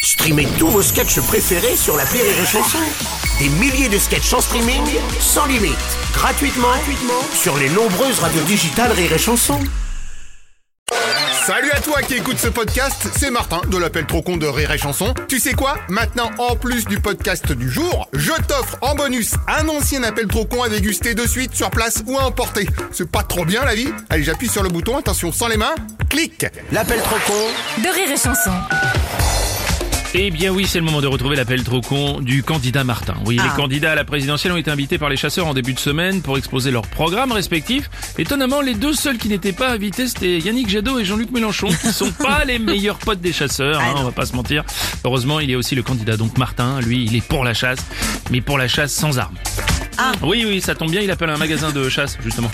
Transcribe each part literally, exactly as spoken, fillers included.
Streamez tous vos sketchs préférés sur l'appli Rire et Chanson. Des milliers de sketchs en streaming, sans limite, gratuitement, gratuitement sur les nombreuses radios digitales Rire et Chanson. Salut à toi qui écoute ce podcast, c'est Martin de l'appel trop con de Rire et Chanson. Tu sais quoi? Maintenant, en plus du podcast du jour, je t'offre en bonus un ancien appel trop con à déguster de suite sur place ou à emporter. C'est pas trop bien la vie? Allez, j'appuie sur le bouton, attention, sans les mains, clique. L'appel trop con de Rire et Chanson. Eh bien oui, c'est le moment de retrouver l'appel trop con du candidat Martin. Oui, ah. Les candidats à la présidentielle ont été invités par les chasseurs en début de semaine pour exposer leurs programmes respectifs. Étonnamment, les deux seuls qui n'étaient pas invités, c'était Yannick Jadot et Jean-Luc Mélenchon, qui sont pas les meilleurs potes des chasseurs, hein, on va pas se mentir. Heureusement, il y a aussi le candidat, donc Martin, lui, il est pour la chasse, mais pour la chasse sans armes. Ah. Oui, oui, ça tombe bien, il appelle un magasin de chasse, justement.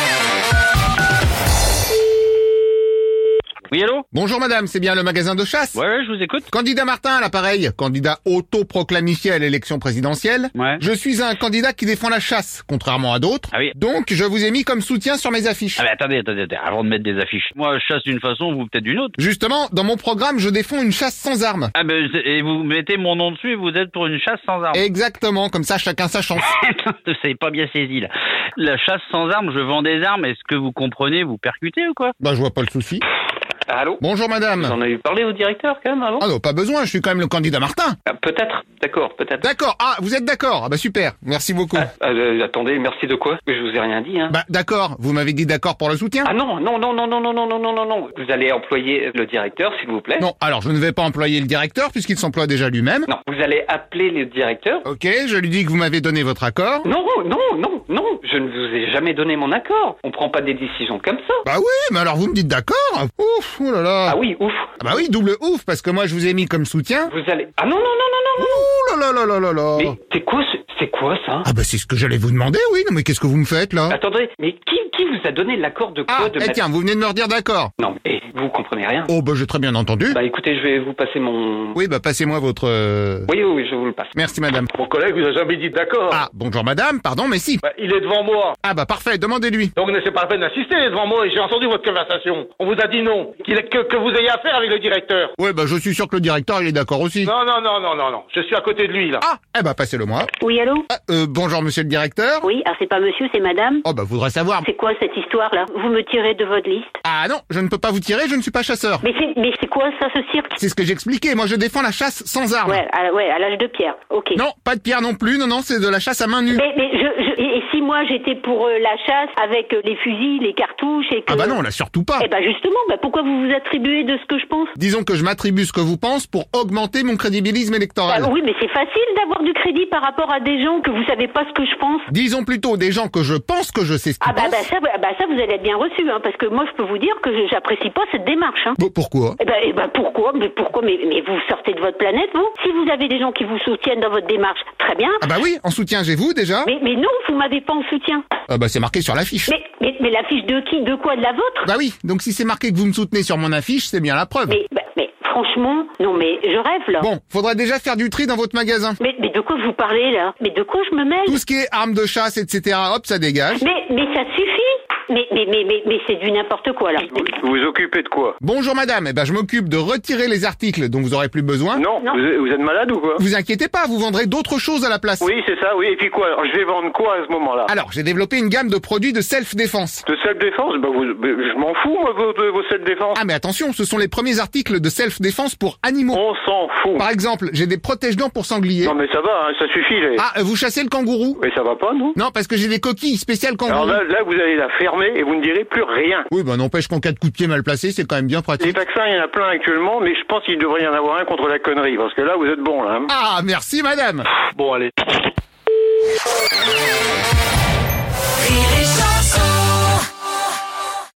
Oui, allô? Bonjour madame, c'est bien le magasin de chasse? Ouais, ouais, je vous écoute. Candidat Martin à l'appareil, candidat autoproclamifié à l'élection présidentielle. Ouais. Je suis un candidat qui défend la chasse, contrairement à d'autres. Ah oui. Donc, je vous ai mis comme soutien sur mes affiches. Ah mais attendez, attendez, attendez, avant de mettre des affiches. Moi, je chasse d'une façon, vous peut-être d'une autre. Justement, dans mon programme, je défends une chasse sans armes. Ah ben, et vous mettez mon nom dessus et vous êtes pour une chasse sans armes. Exactement, comme ça, chacun sa chance. Vous avez pas bien saisi, là. La chasse sans armes, je vends des armes, est-ce que vous comprenez, vous percutez ou quoi? Bah, je vois pas le souci. Allô? Bonjour madame. Vous en avez parlé au directeur quand même avant? Ah non, pas besoin, je suis quand même le candidat Martin. Ah, peut-être, d'accord, peut-être. D'accord, ah, vous êtes d'accord? Ah bah super, merci beaucoup. Ah, euh, attendez, merci de quoi? Je vous ai rien dit, hein. Bah d'accord, vous m'avez dit d'accord pour le soutien? Ah non, non, non, non, non, non, non, non, non, non, non. Vous allez employer le directeur, s'il vous plaît. Non, alors je ne vais pas employer le directeur puisqu'il s'emploie déjà lui-même. Non, vous allez appeler le directeur. Ok, je lui dis que vous m'avez donné votre accord. Non, non, non, non, je ne vous ai jamais donné mon accord. On prend pas des décisions comme ça. Bah oui, mais alors vous me dites d'accord? Ouf, oh là là. Ah oui, ouf. Ah bah oui, double ouf, parce que moi je vous ai mis comme soutien. Vous allez... Ah non, non, non, non, non, non. Ouh là là là là là. Mais c'est quoi, ce... c'est quoi ça? Ah bah c'est ce que j'allais vous demander, oui, non mais qu'est-ce que vous me faites là? Attendez, mais qui, qui vous a donné l'accord de quoi? Ah, de eh mettre... tiens, vous venez de me redire d'accord. Non, mais vous comprenez rien. Oh bah j'ai très bien entendu. Bah écoutez, je vais vous passer mon... Oui, bah passez-moi votre... euh... Oui, oui, oui, je vous le passe. Merci madame. Mon collègue vous a jamais dit d'accord. Ah, bonjour madame, pardon, mais si. Bah, il est devant moi. Ah bah parfait, demandez-lui. Donc ne c'est pas la peine d'assister, il est devant moi et j'ai entendu votre conversation. On vous a dit non, qu'il est, que, que vous ayez affaire avec le directeur. Ouais, bah je suis sûr que le directeur il est d'accord aussi. Non, non, non, non, non, non, je suis à côté de lui là. Ah, eh bah passez-le moi. Oui, allô? Ah, euh, bonjour monsieur le directeur. Oui, alors c'est pas monsieur, c'est madame. Oh bah voudrais savoir. C'est quoi cette histoire-là? Vous me tirez de votre liste? Ah non, je ne peux pas vous tirer, je ne suis pas chasseur. Mais c'est, mais c'est quoi ça, ce cirque? C'est ce que j'expliquais, moi je défends la chasse sans armes. Ouais, à, ouais, à l'âge de pierre, ok. Non, pas de pierre non plus, non, non, c'est de la chasse à main nue. Mais, mais je, je, et si moi j'étais pour euh, la chasse avec euh, les fusils, les cartouches et que... Ah bah non, là surtout pas. Eh bah justement, bah pourquoi vous vous attribuez de ce que je pense? Disons que je m'attribue ce que vous pensez pour augmenter mon crédibilisme électoral. Bah, oui, mais c'est facile d'avoir du crédit par rapport à des gens que vous savez pas ce que je pense. Disons plutôt des gens que je pense que je sais ce qu'ils Ah bah, bah pensent. ça, bah ça vous allez être bien reçu, hein, parce que moi je peux vous dire que je- j'apprécie pas cette démarche, hein. Bon, pourquoi? Eh ben, eh ben pourquoi? Mais pourquoi? Mais, mais vous sortez de votre planète, vous? Si vous avez des gens qui vous soutiennent dans votre démarche, très bien. Ah bah oui, en soutien j'ai vous déjà. Mais, mais non, vous m'avez pas en soutien. Ah bah c'est marqué sur l'affiche. Mais, mais, mais la fiche de qui? De quoi? De la vôtre? Bah oui, donc si c'est marqué que vous me soutenez sur mon affiche, c'est bien la preuve. Mais, bah, mais franchement, non mais je rêve là. Bon, faudrait déjà faire du tri dans votre magasin. Mais, mais de quoi vous parlez là? Mais de quoi je me mêle? Tout ce qui est armes de chasse, et cetera, hop, ça dégage. Mais, mais ça suffit. Mais, mais, mais, mais, mais c'est du n'importe quoi là. Vous vous occupez de quoi? Bonjour madame, eh ben je m'occupe de retirer les articles dont vous aurez plus besoin. Non, Non. Vous, êtes, vous êtes malade ou quoi? Vous inquiétez pas, vous vendrez d'autres choses à la place. Oui, c'est ça, oui. Et puis quoi? Alors, je vais vendre quoi à ce moment-là? Alors, j'ai développé une gamme de produits de self-défense. De self-défense? Bah, vous, je m'en fous, moi, vos, de vos self-défense. Ah mais attention, ce sont les premiers articles de self-défense pour animaux. On s'en fout. Par exemple, j'ai des protège-dents pour sangliers. Non, mais ça va, hein, ça suffit. Les... Ah, euh, vous chassez le kangourou? Mais ça va pas, non? Non, parce que j'ai des coquilles spéciales kangourou. Alors là, là, vous allez la fermer et vous ne direz plus rien. Oui, bah n'empêche qu'en cas de coup de pied mal placé, c'est quand même bien Les pratique. vaccins, il y en a plein actuellement, mais je pense qu'il devrait y en avoir un contre la connerie, parce que là, vous êtes bon, là. hein. Ah, merci madame. Bon, allez. Rire et Chanson.